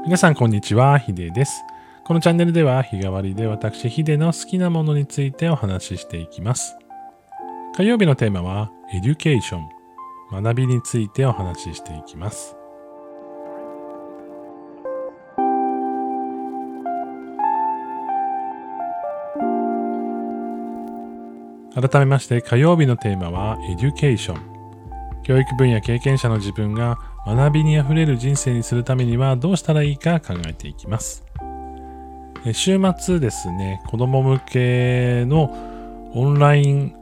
皆さんこんにちは、ヒデです。このチャンネルでは日替わりで私ヒデの好きなものについてお話ししていきます。火曜日のテーマはエデュケーション、学びについてお話ししていきます。改めまして火曜日のテーマはエデュケーション。教育分野経験者の自分が学びにあふれる人生にするためにはどうしたらいいか考えていきます。週末ですね、子供向けのオンライン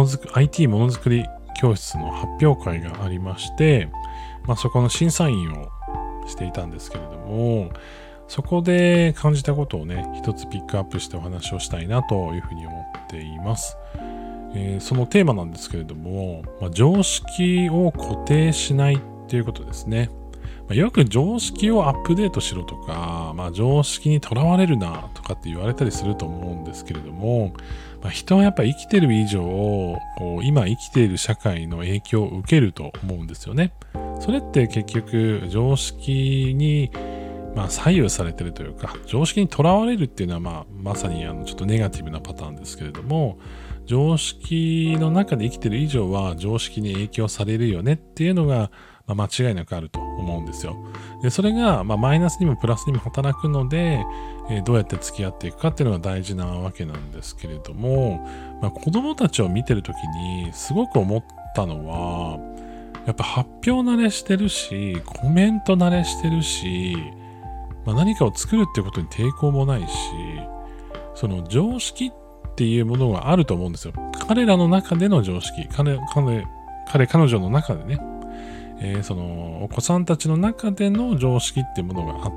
IT ものづくり教室の発表会がありまして、そこの審査員をしていたんですけれども、そこで感じたことをね、一つピックアップしてお話をしたいなというふうに思っています。そのテーマなんですけれども、常識を固定しないっていうことですね。よく常識をアップデートしろとか、常識にとらわれるなとかって言われたりすると思うんですけれども、人はやっぱり生きてる以上、今生きている社会の影響を受けると思うんですよね。それって結局常識に左右されてるというか、常識にとらわれるっていうのはまさにちょっとネガティブなパターンですけれども、常識の中で生きてる以上は常識に影響されるよねっていうのが、間違いなくあると思うんですよ。でそれが、マイナスにもプラスにも働くので、どうやって付き合っていくかっていうのが大事なわけなんですけれども、子供たちを見てるときにすごく思ったのは、やっぱ発表慣れしてるし、コメント慣れしてるし、何かを作るってことに抵抗もないし、その常識っていうものがあると思うんですよ。彼らの中での常識、彼女の中でね、そのお子さんたちの中での常識っていうものがあって、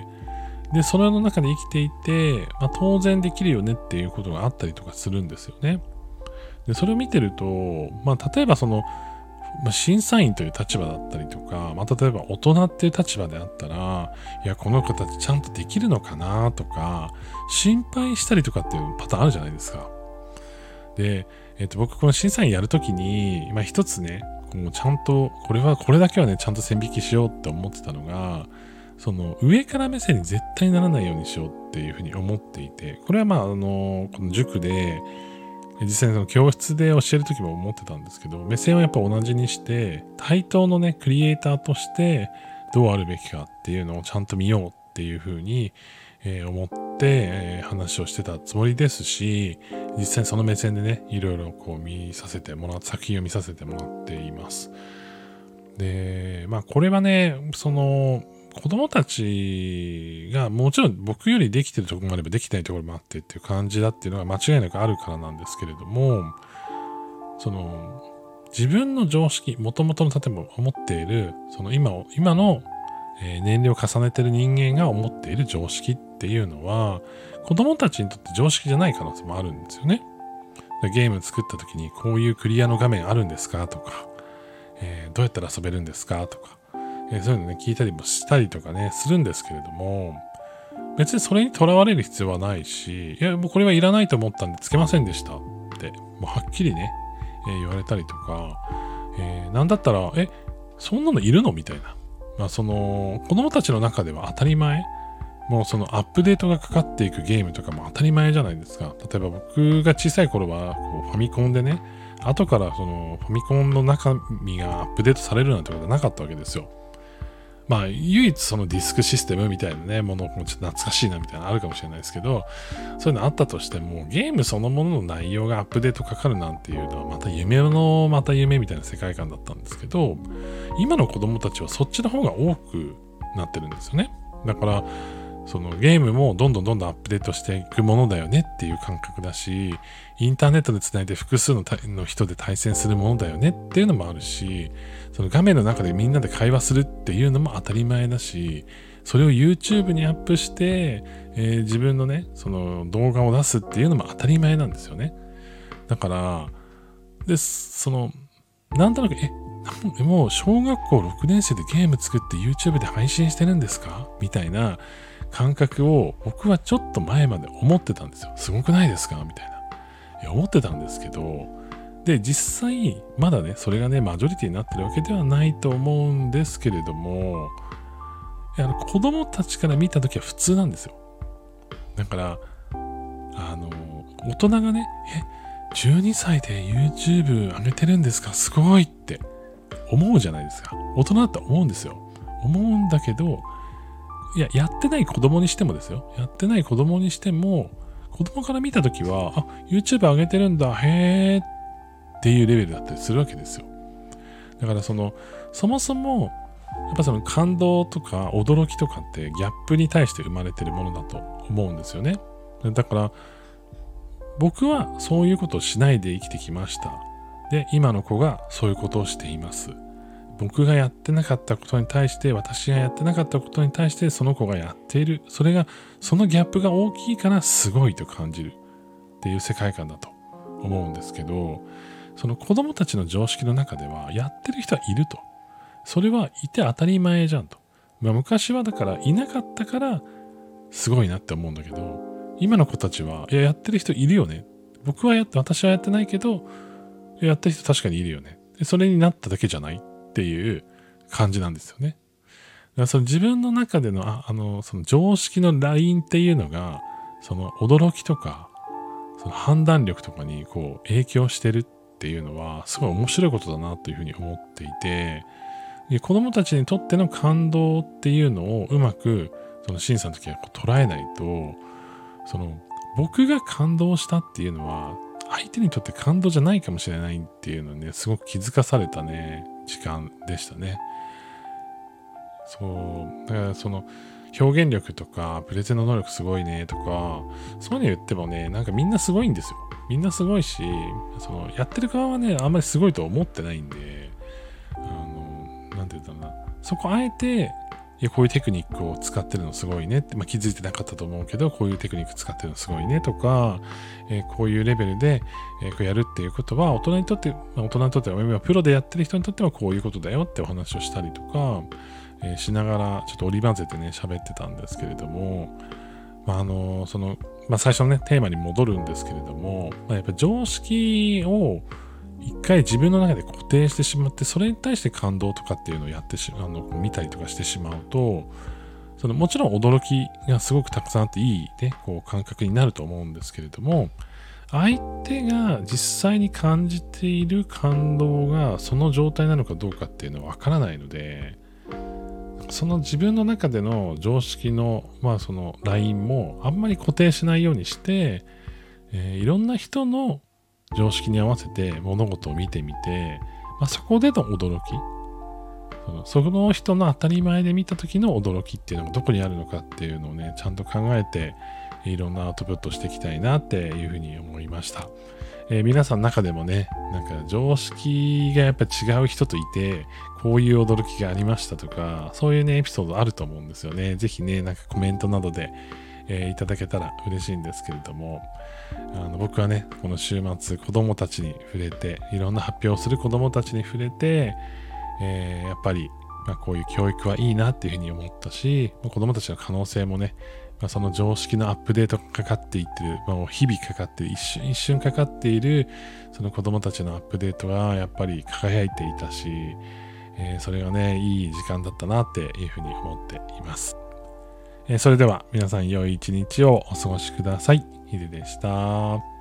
でそれの中で生きていて、当然できるよねっていうことがあったりとかするんですよね。でそれを見てると、例えばその審査員という立場だったりとか、例えば大人っていう立場であったら、いやこの子たちちゃんとできるのかなとか心配したりとかっていうパターンあるじゃないですか。で、僕この審査員やるときに、一つね、もうちゃんとこれだけはねちゃんと線引きしようって思ってたのが、その上から目線に絶対ならないようにしようっていうふうに思っていて、これはこの塾で実際にその教室で教えるときも思ってたんですけど、目線をやっぱ同じにして対等のねクリエイターとしてどうあるべきかっていうのをちゃんと見ようっていうふうに思って話をしてたつもりですし、実際にその目線でねいろいろ作品を見させてもらっています。でこれはね、その子供たちがもちろん僕よりできてるところもあればできないところもあってっていう感じだっていうのが間違いなくあるからなんですけれども、その自分の常識、もともとの例えば思っているその今の年齢を重ねている人間が思っている常識っていうのは子供たちにとって常識じゃない可能性もあるんですよね。ゲーム作った時にこういうクリアの画面あるんですかとか、どうやったら遊べるんですかとか、そういうのね聞いたりもしたりとかねするんですけれども、別にそれにとらわれる必要はないし、いやもうこれはいらないと思ったんでつけませんでしたってもうはっきりね、言われたりとか、なんだったらそんなのいるのみたいな、その子供たちの中では当たり前、もうそのアップデートがかかっていくゲームとかも当たり前じゃないですか。例えば僕が小さい頃はこうファミコンでね、後からそのファミコンの中身がアップデートされるなんてことはなかったわけですよ。唯一そのディスクシステムみたいなねものもちょっと懐かしいなみたいなのあるかもしれないですけど、そういうのあったとしてもゲームそのものの内容がアップデートかかるなんていうのはまた夢みたいな世界観だったんですけど、今の子供たちはそっちの方が多くなってるんですよね。だからそのゲームもどんどんアップデートしていくものだよねっていう感覚だし、インターネットでつないで複数の人で対戦するものだよねっていうのもあるし、その画面の中でみんなで会話するっていうのも当たり前だし、それを YouTube にアップして、自分のねその動画を出すっていうのも当たり前なんですよね。だからそのなんとなくもう小学校6年生でゲーム作って YouTube で配信してるんですかみたいな感覚を僕はちょっと前まで思ってたんですよ。すごくないですかみたいな。思ってたんですけど、で実際まだねそれがねマジョリティになってるわけではないと思うんですけれども、 子供たちから見たときは普通なんですよ。だから、大人がね、12歳で YouTube 上げてるんですか、すごいって思うじゃないですか。大人だって思うんですよ。思うんだけど、やってない子供にしてもですよ。やってない子供にしても、子供から見たときは、YouTube 上げてるんだ、へーっていうレベルだったりするわけですよ。だからそもそも、やっぱその感動とか驚きとかってギャップに対して生まれてるものだと思うんですよね。だから僕はそういうことをしないで生きてきました。で、今の子がそういうことをしています。僕がやってなかったことに対して、私がやってなかったことに対してその子がやっている。そのギャップが大きいからすごいと感じるっていう世界観だと思うんですけど、その子供たちの常識の中ではやってる人はいると。それはいて当たり前じゃんと。昔はだからいなかったからすごいなって思うんだけど、今の子たちはやってる人いるよね。私はやってないけど、やってる人確かにいるよね。でそれになっただけじゃないっていう感じなんですよね。だからその自分の中でのその常識のラインっていうのが、その驚きとかその判断力とかにこう影響してるっていうのはすごい面白いことだなというふうに思っていて、子供たちにとっての感動っていうのをうまくその審査の時は捉えないと、その僕が感動したっていうのは相手にとって感動じゃないかもしれないっていうのにね、すごく気づかされたね時間でしたね。そうだからその表現力とかプレゼンの能力すごいねとかそういうの言ってもね、なんかみんなすごいんですよ。みんなすごいし、そのやってる側はねあんまりすごいとは思ってないんで、なんて言うんだろうな、そこあえてこういうテクニックを使ってるのすごいねって、気づいてなかったと思うけど、こういうテクニック使ってるのすごいねとか、こういうレベルで、こうやるっていうことは、大人にとっては、プロでやってる人にとってはこういうことだよってお話をしたりとか、しながら、ちょっと織り交ぜてね、喋ってたんですけれども、最初のね、テーマに戻るんですけれども、やっぱ常識を一回自分の中で固定してしまって、それに対して感動とかっていうのを見たりとかしてしまうと、もちろん驚きがすごくたくさんあっていいね、こう感覚になると思うんですけれども、相手が実際に感じている感動がその状態なのかどうかっていうのはわからないので、その自分の中での常識の、そのラインもあんまり固定しないようにして、いろんな人の常識に合わせて物事を見てみて、そこでの驚き、その人の当たり前で見た時の驚きっていうのがどこにあるのかっていうのをね、ちゃんと考えていろんなアウトプットしていきたいなっていうふうに思いました。皆さんの中でもね、なんか常識がやっぱ違う人といて、こういう驚きがありましたとか、そういうね、エピソードあると思うんですよね。ぜひね、なんかコメントなどで、いただけたら嬉しいんですけれども、僕はね、この週末子供たちに触れて、いろんな発表をする子供たちに触れて、やっぱり、こういう教育はいいなっていうふうに思ったし、子供たちの可能性もね、その常識のアップデートがかかっていってる、日々かかっている、一瞬かかっている、その子供たちのアップデートがやっぱり輝いていたし、それがね、いい時間だったなっていうふうに思っています。それでは皆さん良い一日をお過ごしください。ヒデでした。